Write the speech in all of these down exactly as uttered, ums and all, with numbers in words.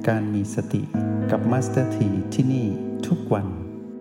การมีสติกับมาสเตอร์ทีที่นี่ทุกวัน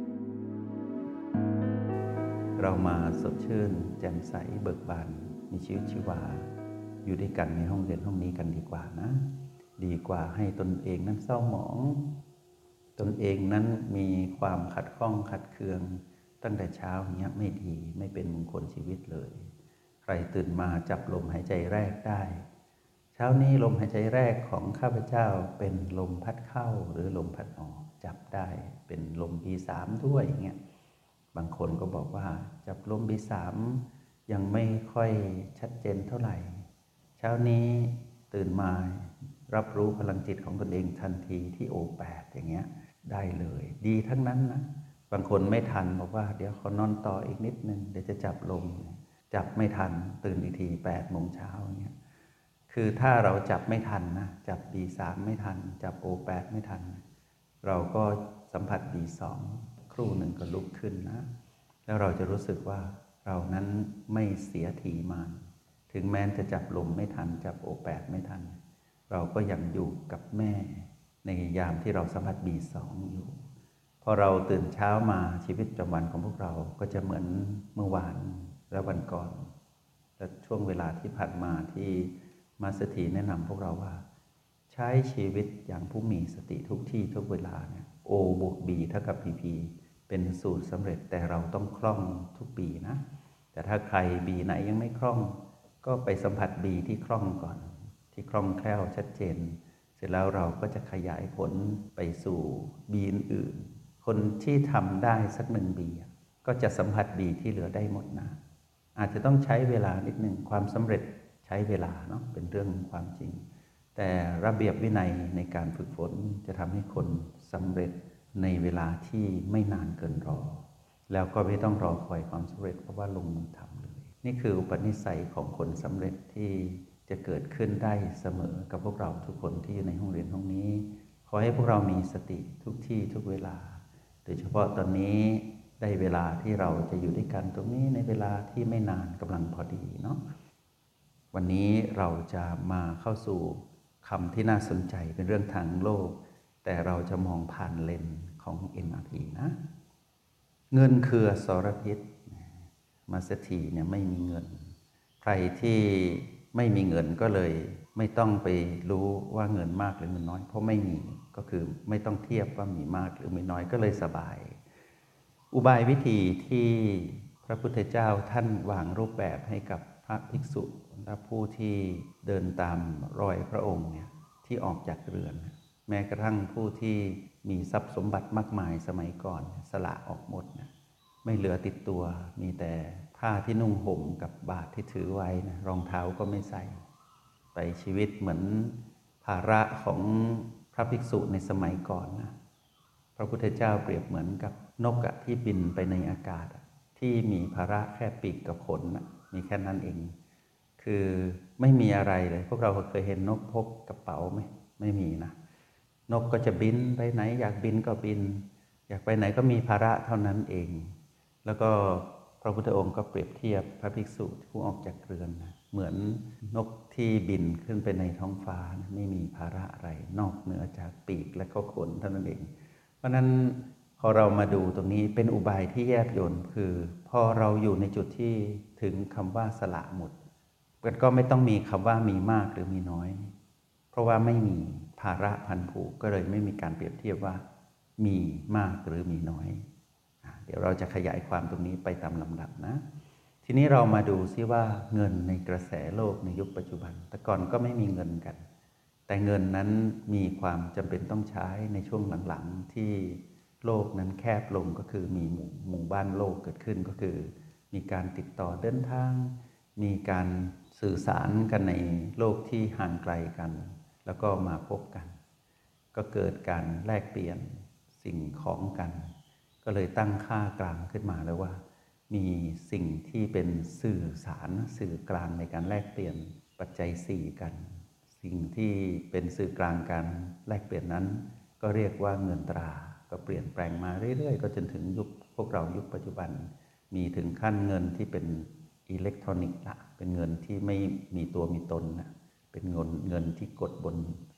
เรามาสดชื่นแจ่มใสเบิกบานมีชีวิตชีวาอยู่ด้วยกันในห้องเรียนห้องนี้กันดีกว่านะดีกว่าให้ตนเองนั้นเศร้าหมองตนเองนั้นมีความขัดข้องขัดเคืองตั้งแต่เช้าอย่างเงี้ยไม่ดีไม่เป็นมงคลชีวิตเลยใครตื่นมาจับลมหายใจแรกได้เช้านี้ลมหายใจแรกของข้าพเจ้าเป็นลมพัดเข้าหรือลมพัดออกจับได้เป็นลม บี สาม ด้วยอย่างเงี้ยบางคนก็บอกว่าจับลม บี สาม ยังไม่ค่อยชัดเจนเท่าไหร่เช้านี้ตื่นมารับรู้พลังจิตของตนเองทันทีที่ โอ แปด อย่างเงี้ยได้เลยดีทั้งนั้นนะบางคนไม่ทันบอกว่าเดี๋ยวขอนอนต่ออีกนิดนึงเดี๋ยวจะจับลมจับไม่ทันตื่นอีกทีแปดโมงเช้าอย่างเงี้ยคือถ้าเราจับไม่ทันนะจับ บี สาม ไม่ทันจับ โอ แปด ไม่ทันเราก็สัมผัส บี สอง ครู่หนึ่งก็ลุกขึ้นนะแล้วเราจะรู้สึกว่าเรานั้นไม่เสียทีมานถึงแม้จะจับลมไม่ทันจับ โอ แปด ไม่ทันเราก็ยังอยู่กับแม่ในยามที่เราสัมผัส บี สอง อยู่พอเราตื่นเช้ามาชีวิตประจำวันของพวกเราก็จะเหมือนเมื่อวานและวันก่อนและช่วงเวลาที่ผ่านมาที่มาสถีแนะนำพวกเราว่าใช้ชีวิตอย่างผู้มีสติทุกที่ทุกเวลาเนี่ย O บวก B เท่ากับ พี พี เป็นสูตรสำเร็จแต่เราต้องคล่องทุก B นะแต่ถ้าใคร B ไหนยังไม่คล่องก็ไปสัมผัส B ที่คล่องก่อนที่คล่องแคล่วชัดเจนเสร็จแล้วเราก็จะขยายผลไปสู่ B อื่นๆคนที่ทำได้สักหนึ่ง B ก็จะสัมผัส B ที่เหลือได้หมดนะอาจจะต้องใช้เวลานิดหนึ่งความสำเร็จใช้เวลาเนาะเป็นเรื่องความจริงแต่ระเบียบวินัยในการฝึกฝนจะทำให้คนสำเร็จในเวลาที่ไม่นานเกินรอแล้วก็ไม่ต้องรอคอยความสำเร็จเพราะว่าลงมือทำเลยนี่คืออุปนิสัยของคนสำเร็จที่จะเกิดขึ้นได้เสมอกับพวกเราทุกคนที่อยู่ในห้องเรียนห้องนี้ขอให้พวกเรามีสติทุกที่ทุกเวลาโดยเฉพาะตอนนี้ได้เวลาที่เราจะอยู่ด้วยกันตรงนี้ในเวลาที่ไม่นานกำลังพอดีเนาะวันนี้เราจะมาเข้าสู่คำที่น่าสนใจเป็นเรื่องทางโลกแต่เราจะมองผ่านเลนส์ของ เอ็น อาร์ พี นะเงินคืออสรพิษมาสถีเนี่ยไม่มีเงินใครที่ไม่มีเงินก็เลยไม่ต้องไปรู้ว่าเงินมากหรือเงินน้อยเพราะไม่มีก็คือไม่ต้องเทียบว่ามีมากหรือมีน้อยก็เลยสบายอุบายวิธีที่พระพุทธเจ้าท่านวางรูปแบบให้กับพระภิกษุและผู้ที่เดินตามรอยพระองค์เนี่ยที่ออกจากเรือนแม้กระทั่งผู้ที่มีทรัพย์สมบัติมากมายสมัยก่อนสละออกหมดนะไม่เหลือติดตัวมีแต่ผ้าที่นุ่งห่มกับบาตรที่ถือไว้นะรองเท้าก็ไม่ใส่ไปชีวิตเหมือนภาระของพระภิกษุในสมัยก่อนนะพระพุทธเจ้าเปรียบเหมือนกับนกที่บินไปในอากาศที่มีภาระแค่ปีกกับขนนะมีแค่นั้นเองคือไม่มีอะไรเลยพวกเราเคยเห็นนกพกกระเป๋าไหมไม่มีนะนกก็จะบินไปไหนอยากบินก็บินอยากไปไหนก็มีภาระเท่านั้นเองแล้วก็พระพุทธองค์ก็เปรียบเทียบพระภิกษุผู้ออกจากเรือนนะเหมือนนกที่บินขึ้นไปในท้องฟ้านะไม่มีภาระอะไรนอกเหนือจากปีกและก็ขนเท่านั้นเองเพราะนั้นพอเรามาดูตรงนี้เป็นอุบายที่แยบยลคือพอเราอยู่ในจุดที่ถึงคำว่าสละหมดก็ไม่ต้องมีคำว่ามีมากหรือมีน้อยเพราะว่าไม่มีภาระพันผูกก็เลยไม่มีการเปรียบเทียบว่ามีมากหรือมีน้อยเดี๋ยวเราจะขยายความตรงนี้ไปตามลำดับนะทีนี้เรามาดูซิว่าเงินในกระแสโลกในยุคปัจจุบันแต่ก่อนก็ไม่มีเงินกันแต่เงินนั้นมีความจำเป็นต้องใช้ในช่วงหลังๆที่โลกนั้นแคบลงก็คือมีหมู่หมู่บ้านโลกเกิดขึ้นก็คือมีการติดต่อเดินทางมีการสื่อสารกันในโลกที่ห่างไกลกันแล้วก็มาพบกันก็เกิดการแลกเปลี่ยนสิ่งของกันก็เลยตั้งค่ากลางขึ้นมาแล้วว่ามีสิ่งที่เป็นสื่อสารสื่อกลางในการแลกเปลี่ยนปัจจัยสี่กันสิ่งที่เป็นสื่อกลางการแลกเปลี่ยนนั้นก็เรียกว่าเงินตราก็เปลี่ยนแปลงมาเรื่อยๆก็จนถึงยุคพวกเรายุคปัจจุบันมีถึงขั้นเงินที่เป็นอิเล็กทรอนิกส์ละเป็นเงินที่ไม่มีตัวมีตนนะเป็นเงินเงินที่กดบน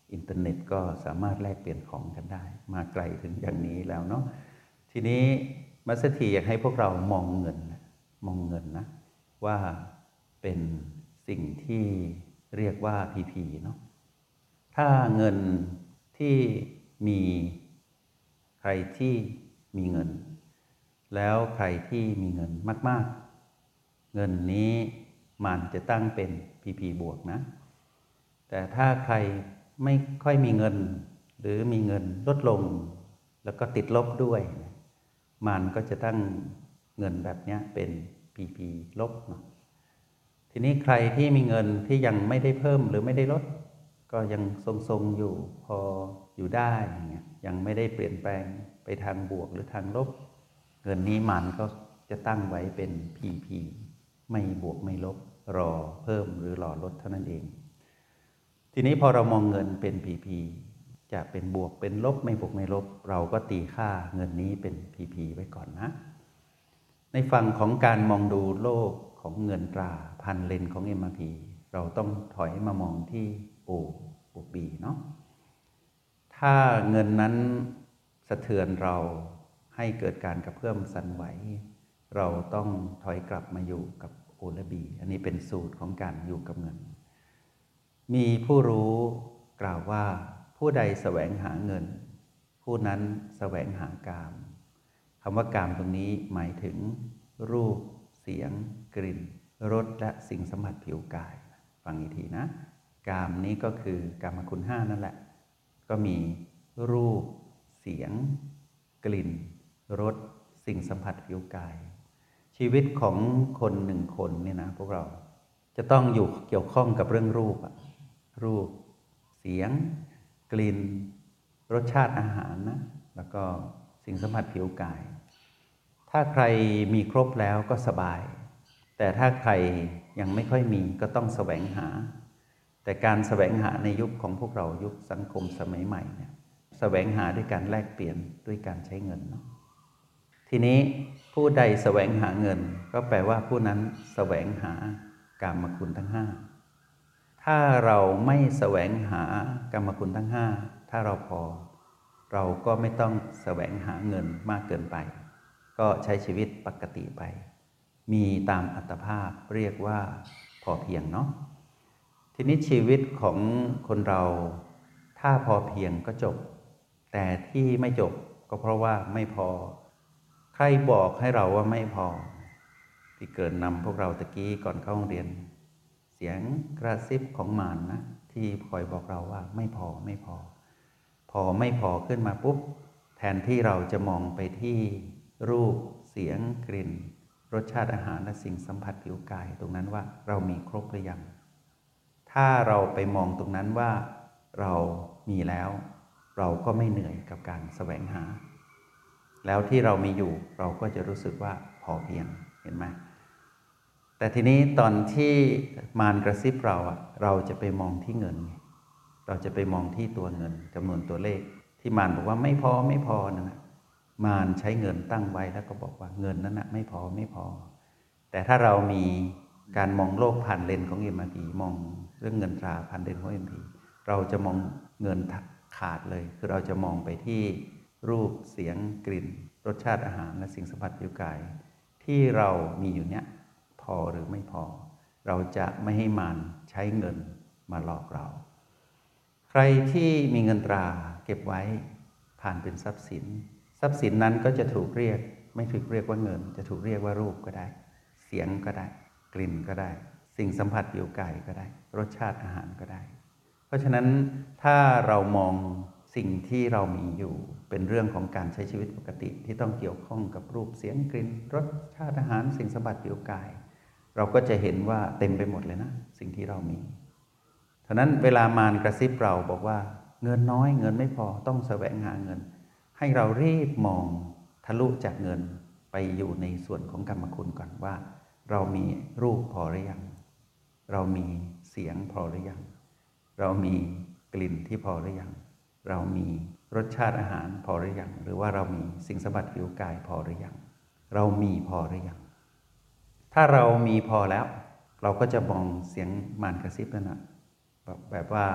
อินเทอร์เน็ตก็สามารถแลกเปลี่ยนของกันได้มาไกลถึงอย่างนี้แล้วเนาะทีนี้มัสถีอยากให้พวกเรามองเงินมองเงินนะว่าเป็นสิ่งที่เรียกว่า พี พี เนาะถ้าเงินที่มีใครที่มีเงินแล้วใครที่มีเงินมากๆเงินนี้มันจะตั้งเป็น พี พี บวกนะแต่ถ้าใครไม่ค่อยมีเงินหรือมีเงินลดลงแล้วก็ติดลบด้วยมันก็จะตั้งเงินแบบนี้เป็น พี พี ลบเนาะทีนี้ใครที่มีเงินที่ยังไม่ได้เพิ่มหรือไม่ได้ลดก็ยังทรงๆอยู่พออยู่ได้อย่างเงี้ยยังไม่ได้เปลี่ยนแปลงไปทางบวกหรือทางลบเงินนี้มันก็จะตั้งไว้เป็น พี พี ไม่บวกไม่ลบรอเพิ่มหรือรอลดเท่านั้นเองทีนี้พอเรามองเงินเป็น พี พี จะเป็นบวกเป็นลบไม่บวกไม่ลบเราก็ตีค่าเงินนี้เป็น พี พี ไว้ก่อนนะในฝั่งของการมองดูโลกของเงินตราพันเลนของ เอ็ม อาร์ พี เราต้องถอยมามองที่ O บวก B เนาะถ้าเงินนั้นสะเทือนเราให้เกิดการกระเพื่อมสั่นไหวเราต้องถอยกลับมาอยู่กับ O และ B อันนี้เป็นสูตรของการอยู่กับเงินมีผู้รู้กล่าวว่าผู้ใดแสวงหาเงินผู้นั้นแสวงหากามคำว่ากามตรงนี้หมายถึงรูปเสียงกลิ่นรสและสิ่งสัมผัสผิวกายฟังอีกทีนะกามนี้ก็คือกามคุณห้านั่นแหละก็มีรูปเสียงกลิ่นรสสิ่งสัมผัสผิวกายชีวิตของคนหนึ่งคนเนี่ยนะพวกเราจะต้องอยู่เกี่ยวข้องกับเรื่องรูปอะรูปเสียงกลิ่นรสชาติอาหารนะแล้วก็สิ่งสัมผัสผิวกายถ้าใครมีครบแล้วก็สบายแต่ถ้าใครยังไม่ค่อยมีก็ต้องแสวงหาแต่การแสวงหาในยุคของพวกเรายุคสังคมสมัยใหม่เนี่ยแสวงหาด้วยการแลกเปลี่ยนด้วยการใช้เงินเนาะทีนี้ผู้ใดแสวงหาเงินก็แปลว่าผู้นั้นแสวงหากามคุณทั้งห้าถ้าเราไม่แสวงหากามคุณทั้งห้าถ้าเราพอเราก็ไม่ต้องแสวงหาเงินมากเกินไปก็ใช้ชีวิตปกติไปมีตามอัตภาพเรียกว่าพอเพียงเนาะทีนี้ชีวิตของคนเราถ้าพอเพียงก็จบแต่ที่ไม่จบก็เพราะว่าไม่พอใครบอกให้เราว่าไม่พอที่เกิดนำพวกเราตะกี้ก่อนเข้าโรงเรียนเสียงกระซิบของมารนะที่คอยบอกเราว่าไม่พอไม่พอพอไม่พอขึ้นมาปุ๊บแทนที่เราจะมองไปที่รูปเสียงกลิ่นรสชาติอาหารและสิ่งสัมผัสผิวกายตรงนั้นว่าเรามีครบหรือยังถ้าเราไปมองตรงนั้นว่าเรามีแล้วเราก็ไม่เหนื่อยกับการแสวงหาแล้วที่เรามีอยู่เราก็จะรู้สึกว่าพอเพียงเห็นไหมแต่ทีนี้ตอนที่มารกระซิบเราอะเราจะไปมองที่เงินเราจะไปมองที่ตัวเงินจำนวนตัวเลขที่มารบอกว่าไม่พอไม่พอนั่นนะมารใช้เงินตั้งไว้แล้วก็บอกว่าเงินนั้นนะไม่พอไม่พอแต่ถ้าเรามีการมองโลกผ่านเลนส์ของ เอ็ม อาร์ พี มองเรื่องเงินตราผ่านเลนส์ของ เอ็ม อาร์ พี เราจะมองเงินขาดเลยคือเราจะมองไปที่รูปเสียงกลิ่นรสชาติอาหารและสิ่งสัมผัสผิวกายที่เรามีอยู่เนี้ยพอหรือไม่พอเราจะไม่ให้มารใช้เงินมาหลอกเราใครที่มีเงินตราเก็บไว้ผ่านเป็นทรัพย์สินทรัพย์สินนั้นก็จะถูกเรียกไม่ถูกเรียกว่าเงินจะถูกเรียกว่ารูปก็ได้เสียงก็ได้กลิ่นก็ได้สิ่งสัมผัสผิวกายก็ได้รสชาติอาหารก็ได้เพราะฉะนั้นถ้าเรามองสิ่งที่เรามีอยู่เป็นเรื่องของการใช้ชีวิตปกติที่ต้องเกี่ยวข้องกับรูปเสียงกลิ่นรสชาติอาหารสิ่งสัมผัสผิวกายเราก็จะเห็นว่าเต็มไปหมดเลยนะสิ่งที่เรามีฉะนั้นเวลามารกระซิบเราบอกว่าเงินน้อยเงินไม่พอต้องแสวงหาเงินให้เรารีบมองทะลุจากเงินไปอยู่ในส่วนของกรรมคุณก่อนว่าเรามีรูปพอหรือยังเรามีเสียงพอหรือยังเรามีกลิ่นที่พอหรือยังเรามีรสชาติอาหารพอหรือยังหรือว่าเรามีสิ่งสัมผัสผิวกายพอหรือยังเรามีพอหรือยังถ้าเรามีพอแล้วเราก็จะมองเสียงมารกระซิบนั่นนะแบบแบบว่า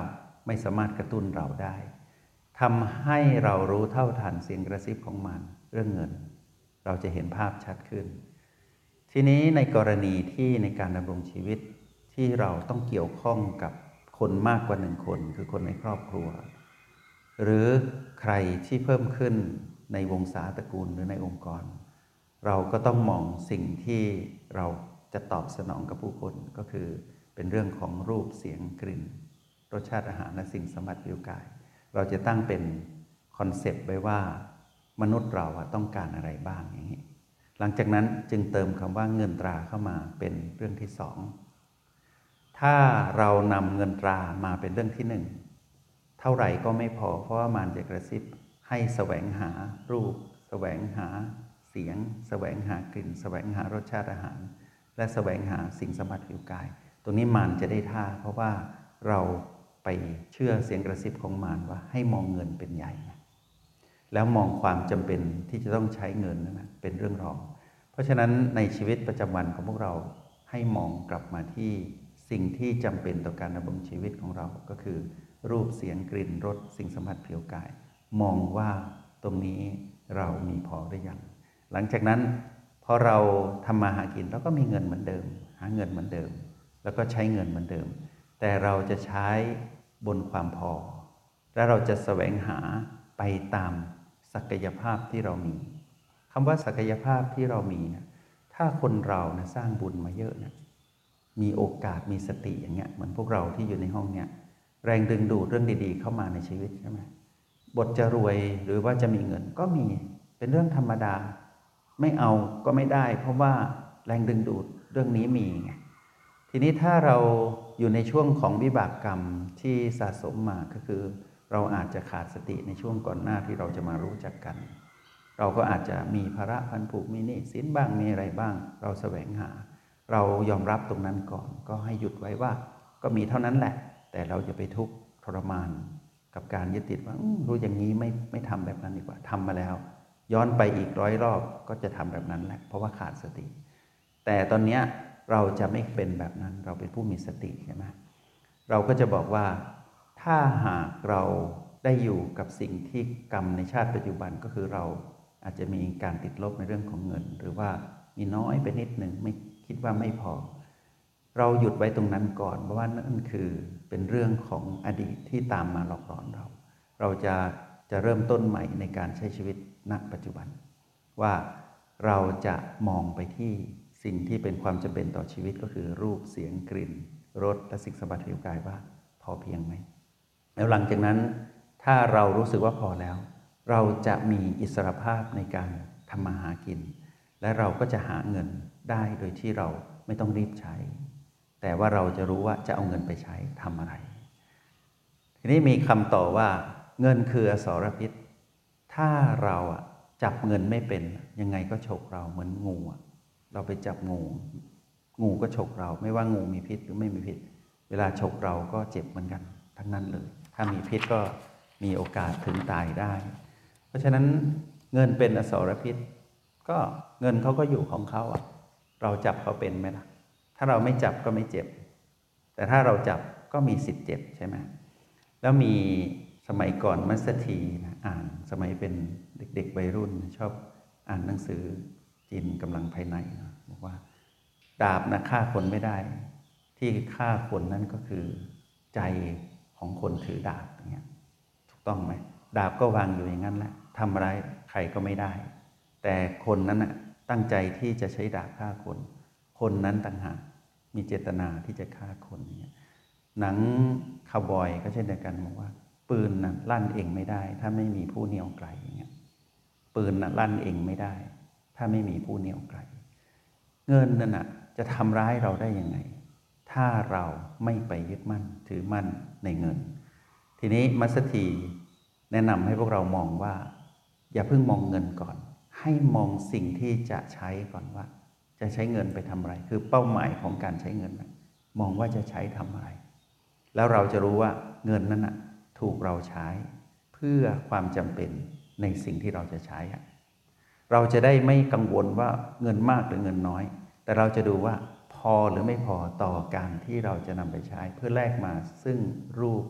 ไม่สามารถกระตุ้นเราได้ทำให้เรารู้เท่าทันเสียงกระซิบของมันเรื่องเงินเราจะเห็นภาพชัดขึ้นทีนี้ในกรณีที่ในการดำรงชีวิตที่เราต้องเกี่ยวข้องกับคนมากกว่าหนึ่งคนคือคนในครอบครัวหรือใครที่เพิ่มขึ้นในวงศาตระกูลหรือในองค์กรเราก็ต้องมองสิ่งที่เราจะตอบสนองกับผู้คนก็คือเป็นเรื่องของรูปเสียงกลิ่นรสชาติอาหารและสิ่งสัมผัสผิวกายเราจะตั้งเป็นคอนเซปต์ไว้ว่ามนุษย์เราต้องการอะไรบ้างอย่างนี้หลังจากนั้นจึงเติมคำว่าเงินตราเข้ามาเป็นเรื่องที่สองถ้าเรานำเงินตรามาเป็นเรื่องที่หนึ่งเท่าไหร่ก็ไม่พอเพราะว่ามันจะกระซิบให้แสวงหารูปแสวงหาเสียงแสวงหากลิ่นแสวงหารสชาติอาหารและแสวงหาสิ่งสัมผัสผิวกายตรงนี้มารจะได้ท่าเพราะว่าเราไปเชื่อเสียงกระซิบของมารว่าให้มองเงินเป็นใหญ่แล้วมองความจำเป็นที่จะต้องใช้เงินนะเป็นเรื่องรองเพราะฉะนั้นในชีวิตประจำวันของพวกเราให้มองกลับมาที่สิ่งที่จำเป็นต่อการดำรงชีวิตของเราก็คือรูปเสียงกลิ่นรสสิ่งสัมผัสผิวกายมองว่าตรงนี้เรามีพอหรือยังหลังจากนั้นพอเราทำมาหากินเราก็มีเงินเหมือนเดิมหาเงินเหมือนเดิมแล้วก็ใช้เงินเหมือนเดิมแต่เราจะใช้บนความพอและเราจะแสวงหาไปตามศักยภาพที่เรามีคำว่าศักยภาพที่เรามีนะถ้าคนเรานะสร้างบุญมาเยอะนะมีโอกาสมีสติอย่างเงี้ยเหมือนพวกเราที่อยู่ในห้องเนี้ยแรงดึงดูดเรื่องดีๆเข้ามาในชีวิตใช่ไหมบทจะรวยหรือว่าจะมีเงินก็มีเป็นเรื่องธรรมดาไม่เอาก็ไม่ได้เพราะว่าแรงดึงดูดเรื่องนี้มีไงทีนี้ถ้าเราอยู่ในช่วงของวิบากกรรมที่สะสมมาก็คือเราอาจจะขาดสติในช่วงก่อนหน้าที่เราจะมารู้จักกันเราก็อาจจะมีภาระพันผูกมีหนี้สินบ้างมีอะไรบ้างเราแสวงหาเรายอมรับตรงนั้นก่อนก็ให้หยุดไว้ว่าก็มีเท่านั้นแหละแต่เราจะไปทุกข์ทรมานกับการยึดติดว่ารู้อย่างนี้ไม่ไม่ทำแบบนั้นดีกว่าทำมาแล้วย้อนไปอีกร้อยรอบก็จะทำแบบนั้นแหละเพราะว่าขาดสติแต่ตอนนี้เราจะไม่เป็นแบบนั้นเราเป็นผู้มีสติใช่ไหมเราก็จะบอกว่าถ้าหากเราได้อยู่กับสิ่งที่กรรมในชาติปัจจุบันก็คือเราอาจจะมีการติดลบในเรื่องของเงินหรือว่ามีน้อยไปนิดหนึ่งไม่คิดว่าไม่พอเราหยุดไว้ตรงนั้นก่อนเพราะว่านั่นคือเป็นเรื่องของอดีตที่ตามมาหลอกหลอนเราเราจะจะเริ่มต้นใหม่ในการใช้ชีวิตณปัจจุบันว่าเราจะมองไปที่สิ่งที่เป็นความจำเป็นต่อชีวิตก็คือรูปเสียงกลิ่นรสและสิ่งสัมผัสผิวกายว่าพอเพียงไหมแล้วหลังจากนั้นถ้าเรารู้สึกว่าพอแล้วเราจะมีอิสรภาพในการทำมาหากินและเราก็จะหาเงินได้โดยที่เราไม่ต้องรีบใช้แต่ว่าเราจะรู้ว่าจะเอาเงินไปใช้ทำอะไรทีนี้มีคำต่อว่าเงินคืออสรพิษถ้าเราอะจับเงินไม่เป็นยังไงก็ฉกเราเหมือนงูเราไปจับงูงูก็ฉกเราไม่ว่างูมีพิษหรือไม่มีพิษเวลาฉกเราก็เจ็บเหมือนกันทั้งนั้นเลยถ้ามีพิษก็มีโอกาสถึงตายได้เพราะฉะนั้นเงินเป็นอสรพิษก็เงินเขาก็อยู่ของเขาอ่ะเราจับเขาเป็นไหมล่ะถ้าเราไม่จับก็ไม่เจ็บแต่ถ้าเราจับก็มีสิทธิ์เจ็บใช่ไหมแล้วมีสมัยก่อนมัสถีนะอ่านสมัยเป็นเด็กๆวัยรุ่นชอบอ่านหนังสือจีนกำลังภายในนะบอกว่าดาบนะฆ่าคนไม่ได้ที่ฆ่าคนนั่นก็คือใจของคนถือดาบอย่างเงี้ยถูกต้องไหมดาบก็วางอยู่อย่างนั้นแหละทำร้ายใครก็ไม่ได้แต่คนนั้นนะตั้งใจที่จะใช้ดาบฆ่าคนคนนั้นต่างหากมีเจตนาที่จะฆ่าคนเนี่ยหนังคาวบอยก็เช่นเดียวกันบอกว่าปืนนะลั่นเองไม่ได้ถ้าไม่มีผู้เหนี่ยวไกลอย่างเงี้ยปืนนะลั่นเองไม่ได้ถ้าไม่มีผู้เหนี่ยวไกลเงินนั่นน่ะจะทำร้ายเราได้ยังไงถ้าเราไม่ไปยึดมั่นถือมั่นในเงินทีนี้มัสถีแนะนำให้พวกเรามองว่าอย่าเพิ่งมองเงินก่อนให้มองสิ่งที่จะใช้ก่อนว่าจะใช้เงินไปทำอะไรคือเป้าหมายของการใช้เงินมองว่าจะใช้ทำอะไรแล้วเราจะรู้ว่าเงินนั้นนะถูกเราใช้เพื่อความจำเป็นในสิ่งที่เราจะใช้เราจะได้ไม่กังวลว่าเงินมากหรือเงินน้อยแต่เราจะดูว่าพอหรือไม่พอต่อการที่เราจะนำไปใช้เพื่อแลกมาซึ่งรูป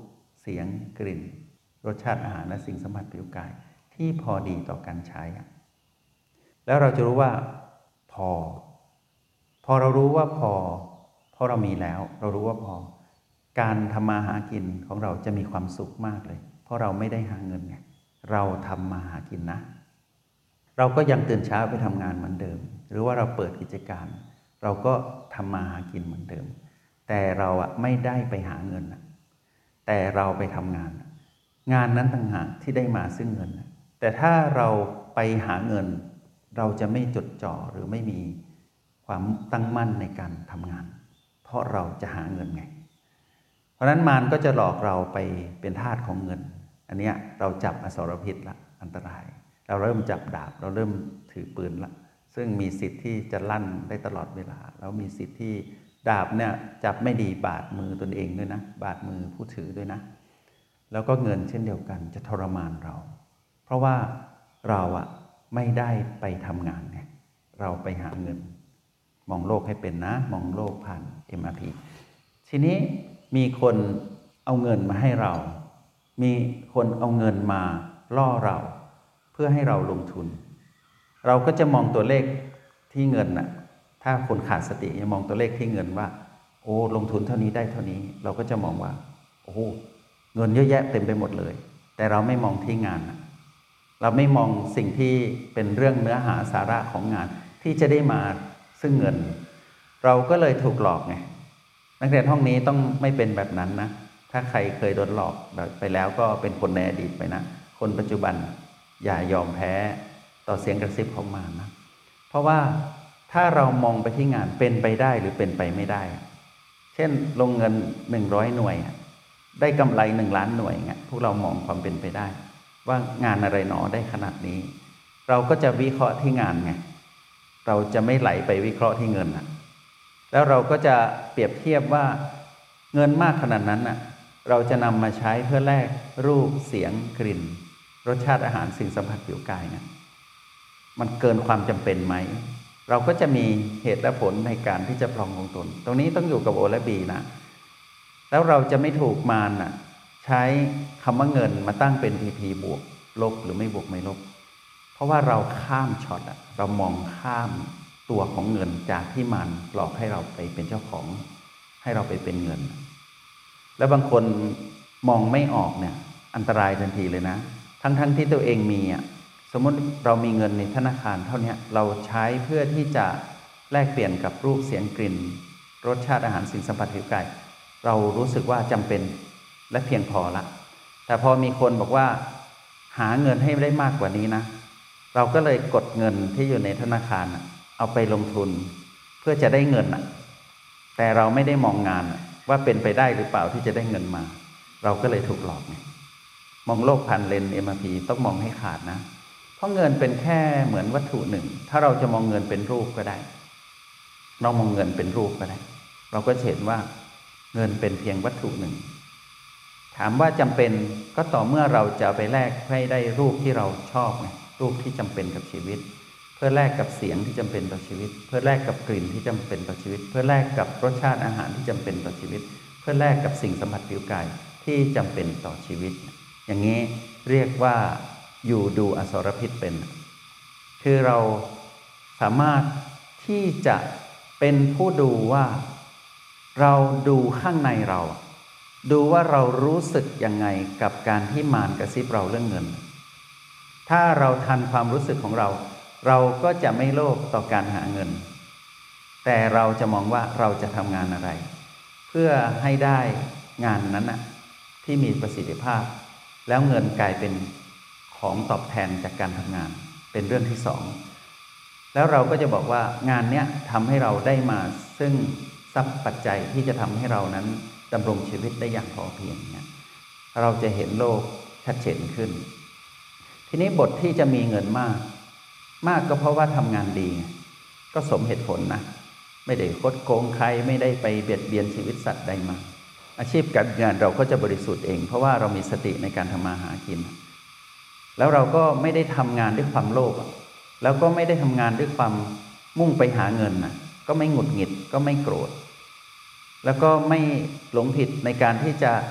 เสียงกลิ่นรสชาติอาหารและสิ่งสัมผัสผิวกายที่พอดีต่อการใช้แล้วเราจะรู้ว่าพอพอเรารู้ว่าพอพอเรามีแล้วเรารู้ว่าพอการทำมาหากินของเราจะมีความสุขมากเลยเพราะเราไม่ได้หาเงินไงเราทำมาหากินนะเราก็ยังตื่นเช้าไปทำงานเหมือนเดิมหรือว่าเราเปิดกิจการเราก็ทำมาหากินเหมือนเดิมแต่เราอะไม่ได้ไปหาเงินแต่เราไปทำงานงานนั้นต่างหากที่ได้มาซึ่งเงินแต่ถ้าเราไปหาเงินเราจะไม่จดจ่อหรือไม่มีความตั้งมั่นในการทำงานเพราะเราจะหาเงินไงเพราะนั้นมารก็จะหลอกเราไปเป็นทาสของเงินอันเนี้ยเราจับอสรพิษละอันตรายเราเริ่มจับดาบเราเริ่มถือปืนละซึ่งมีสิทธิ์ที่จะลั่นได้ตลอดเวลาแล้วมีสิทธิ์ที่ดาบเนี่ยจับไม่ดีบาดมือตนเองด้วยนะบาดมือผู้ถือด้วยนะแล้วก็เงินเช่นเดียวกันจะทรมานเราเพราะว่าเราอะไม่ได้ไปทำงานไงเราไปหาเงินมองโลกให้เป็นนะมองโลกผ่าน เอ็ม อาร์ พี ทีนี้มีคนเอาเงินมาให้เรามีคนเอาเงินมาล่อเราเพื่อให้เราลงทุนเราก็จะมองตัวเลขที่เงินน่ะถ้าคนขาดสติจะมองตัวเลขที่เงินว่าโอ้ลงทุนเท่านี้ได้เท่านี้เราก็จะมองว่าโอ้เงินเยอะแยะเต็มไปหมดเลยแต่เราไม่มองที่งานนะเราไม่มองสิ่งที่เป็นเรื่องเนื้อหาสาระของงานที่จะได้มาซึ่งเงินเราก็เลยถูกหลอกไงนักเรียนห้องนี้ต้องไม่เป็นแบบนั้นนะถ้าใครเคยโดนหลอกแบบไปแล้วก็เป็นคนในอดีตไปนะคนปัจจุบันอย่ายอมแพ้ต่อเสียงกระซิบของมารนะเพราะว่าถ้าเรามองไปที่งานเป็นไปได้หรือเป็นไปไม่ได้เช่นลงเงินหนึ่งร้อยหน่วยได้กำไรหนึ่งล้านหน่วยเงี้ยพวกเรามองความเป็นไปได้ว่างานอะไรหนอได้ขนาดนี้เราก็จะวิเคราะห์ที่งานไงเราจะไม่ไหลไปวิเคราะห์ที่เงินนะแล้วเราก็จะเปรียบเทียบว่าเงินมากขนาดนั้นน่ะเราจะนำมาใช้เพื่อแลกรูปเสียงกลิ่นรสชาติอาหารสิ่งสัมผัสผิวกายเนี่ยมันเกินความจำเป็นไหมเราก็จะมีเหตุและผลในการที่จะปรองของตนตรงนี้ต้องอยู่กับโอและบีนะแล้วเราจะไม่ถูกมารน่ะใช้คำว่าเงินมาตั้งเป็นพีพีบวกลบหรือไม่บวกไม่ลบเพราะว่าเราข้ามช็อตอะเรามองข้ามตัวของเงินจากที่มันหลอกให้เราไปเป็นเจ้าของให้เราไปเป็นเงินแล้วบางคนมองไม่ออกเนี่ยอันตรายทันทีเลยนะทั้งๆ ท, ที่ตัวเองมีอ่ะสมมติเรามีเงินในธนาคารเท่านี้เราใช้เพื่อที่จะแลกเปลี่ยนกับรูปเสียงกลิ่นรสชาติอาหารสิ่งสัมผัสผิวกายเรารู้สึกว่าจำเป็นและเพียงพอละแต่พอมีคนบอกว่าหาเงินให้ได้มากกว่านี้นะเราก็เลยกดเงินที่อยู่ในธนาคารเอาไปลงทุนเพื่อจะได้เงินแต่เราไม่ได้มองงานว่าเป็นไปได้หรือเปล่าที่จะได้เงินมาเราก็เลยถูกหลอกไงมองโลกผ่านเลนส์ เอ็ม อาร์ พี ต้องมองให้ขาดนะเพราะเงินเป็นแค่เหมือนวัตถุหนึ่งถ้าเราจะมองเงินเป็นรูปก็ได้เรามองเงินเป็นรูปก็ได้เราก็เห็นว่าเงินเป็นเพียงวัตถุหนึ่งถามว่าจำเป็นก็ต่อเมื่อเราจะไปแลกให้ได้รูปที่เราชอบไงรูปที่จำเป็นกับชีวิตเพื่อแลกกับเสียงที่จำเป็นต่อชีวิตเพื่อแลกกับกลิ่นที่จำเป็นต่อชีวิตเพื่อแลกกับรสชาติอาหารที่จำเป็นต่อชีวิตเพื่อแลกกับสิ่งสัมผัสผิวกายที่จำเป็นต่อชีวิตอย่างนี้เรียกว่าอยู่ดูอสรพิษเป็นคือเราสามารถที่จะเป็นผู้ดูว่าเราดูข้างในเราดูว่าเรารู้สึกยังไงกับการที่มารกระซิบเราเรื่องเงินถ้าเราทันความรู้สึกของเราเราก็จะไม่โลภต่อการหาเงินแต่เราจะมองว่าเราจะทำงานอะไรเพื่อให้ได้งานนั้นน่ะที่มีประสิทธิภาพแล้วเงินกลายเป็นของตอบแทนจากการทำงานเป็นเรื่องที่สองแล้วเราก็จะบอกว่างานเนี้ยทำให้เราได้มาซึ่งทรัพย์ปัจจัยที่จะทำให้เรานั้นดำรงชีวิตได้อย่างพอเพียงเนี่ยเราจะเห็นโลกชัดเจนขึ้นทีนี้บทที่จะมีเงินมากมากก็เพราะว่าทำงานดีก็สมเหตุผลนะไม่ได้คดโกงใครไม่ได้ไปเบียดเบียนชีวิตสัตว์ใดมาอาชีพการงานเราก็จะบริสุทธิ์เองเพราะว่าเรามีสติในการทำมาหากินแล้วเราก็ไม่ได้ทำงานด้วยความโลภแล้วก็ไม่ได้ทำงานด้วยความมุ่งไปหาเงินนะก็ไม่หงุดหงิดก็ไม่โกรธแล้วก็ไม่หลงผิดในการที่จะ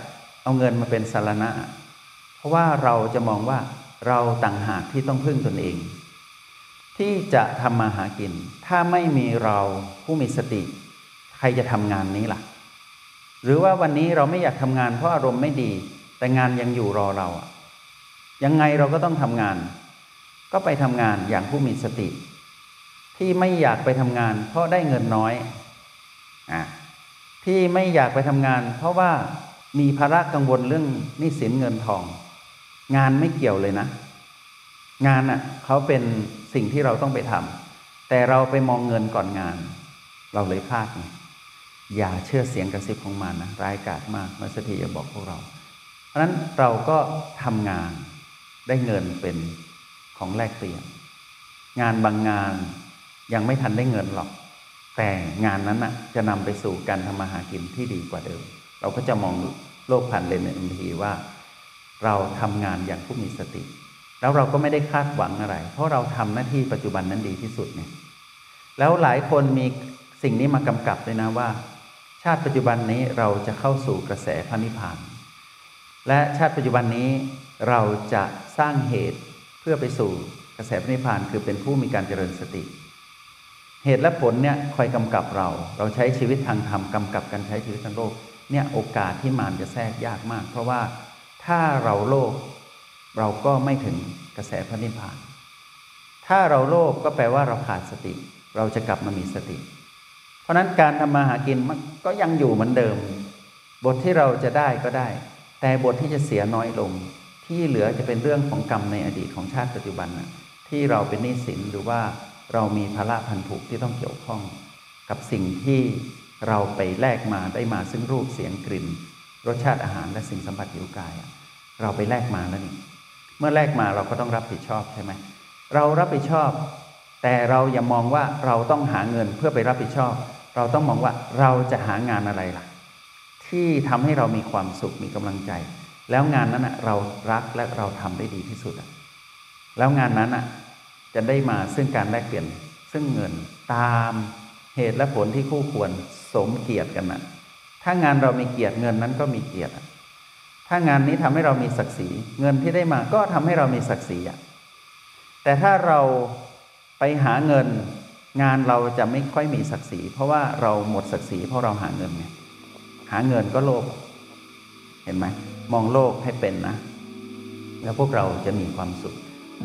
เอาเงินมาเป็นสารณะเพราะว่าเราจะมองว่าเราต่างหากที่ต้องพึ่งตนเองที่จะทำมาหากินถ้าไม่มีเราผู้มีสติใครจะทำงานนี้ล่ะหรือว่าวันนี้เราไม่อยากทำงานเพราะอารมณ์ไม่ดีแต่งานยังอยู่รอเราอะยังไงเราก็ต้องทำงานก็ไปทำงานอย่างผู้มีสติที่ไม่อยากไปทำงานเพราะได้เงินน้อยอ่ะที่ไม่อยากไปทำงานเพราะว่ามีภาระกังวลเรื่องหนี้สินเงินทองงานไม่เกี่ยวเลยนะงานอ่ะเขาเป็นสิ่งที่เราต้องไปทำแต่เราไปมองเงินก่อนงานเราเลยพลาดไงอย่าเชื่อเสียงกระซิบของมันนะร้ายกาจมากมัสถีจะบอกพวกเราเพราะฉะนั้นเราก็ทำงานได้เงินเป็นของแลกเปลี่ยนงานบางงานยังไม่ทันได้เงินหรอกแต่งานนั้นน่ะจะนำไปสู่การทำมาหากินที่ดีกว่าเดิมเราก็จะมองโลกผ่านเลนส์ทันทีว่าเราทำงานอย่างผู้มีสติแล้วเราก็ไม่ได้คาดหวังอะไรเพราะเราทำหน้าที่ปัจจุบันนั้นดีที่สุดเนี่ยแล้วหลายคนมีสิ่งนี้มากำกับด้วยนะว่าชาติปัจจุบันนี้เราจะเข้าสู่กระแสพระนิพพานและชาติปัจจุบันนี้เราจะสร้างเหตุเพื่อไปสู่กระแสพระนิพพานคือเป็นผู้มีการเจริญสติเหตุและผลเนี่ยคอยกำกับเราเราใช้ชีวิตทางธรรมกำกับการใช้ชีวิตทางโลกเนี่ยโอกาสที่มารจะแทรกยากมากเพราะว่าถ้าเราโลภเราก็ไม่ถึงกระแสพระนิพพานถ้าเราโลภก็แปลว่าเราขาดสติเราจะกลับมามีสติเพราะนั้นการทำมาหากินมันก็ยังอยู่เหมือนเดิมบทที่เราจะได้ก็ได้แต่บทที่จะเสียน้อยลงที่เหลือจะเป็นเรื่องของกรรมในอดีตของชาติปัจจุบันนะที่เราเป็นหนี้สินหรือว่าเรามีภาระพันธุที่ต้องเกี่ยวข้องกับสิ่งที่เราไปแลกมาได้มาซึ่งรูปเสียงกลิ่นรสชาติอาหารและสิ่งสัมผัสผิวกายเราไปแลกมาแล้วนี่เมื่อแลกมาเราก็ต้องรับผิดชอบใช่ไหมเรารับผิดชอบแต่เราอย่ามองว่าเราต้องหาเงินเพื่อไปรับผิดชอบเราต้องมองว่าเราจะหางานอะไรล่ะที่ทำให้เรามีความสุขมีกำลังใจแล้วงานนั้นนะเรารักและเราทำได้ดีที่สุดแล้วงานนั้นนะจะได้มาซึ่งการแลกเปลี่ยนซึ่งเงินตามเหตุและผลที่คู่ควรสมเกียรติกันนะถ้างานเรามีเกียรติเงินนั้นก็มีเกียรติถ้างานนี้ทำให้เรามีศักดิ์ศรีเงินที่ได้มาก็ทำให้เรามีศักดิ์ศรีอ่ะแต่ถ้าเราไปหาเงินงานเราจะไม่ค่อยมีศักดิ์ศรีเพราะว่าเราหมดศักดิ์ศรีเพราะเราหาเงินไงหาเงินก็โลภเห็นไหมมองโลกให้เป็นนะแล้วพวกเราจะมีความสุข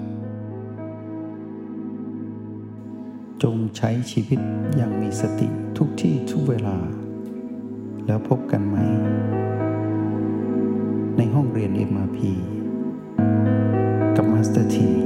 จงใช้ชีวิตอย่างมีสติทุกที่ทุกเวลาแล้วพบกันไหมในห้องเรียน เอ็ม อาร์ พี กับมาสเตอร์ที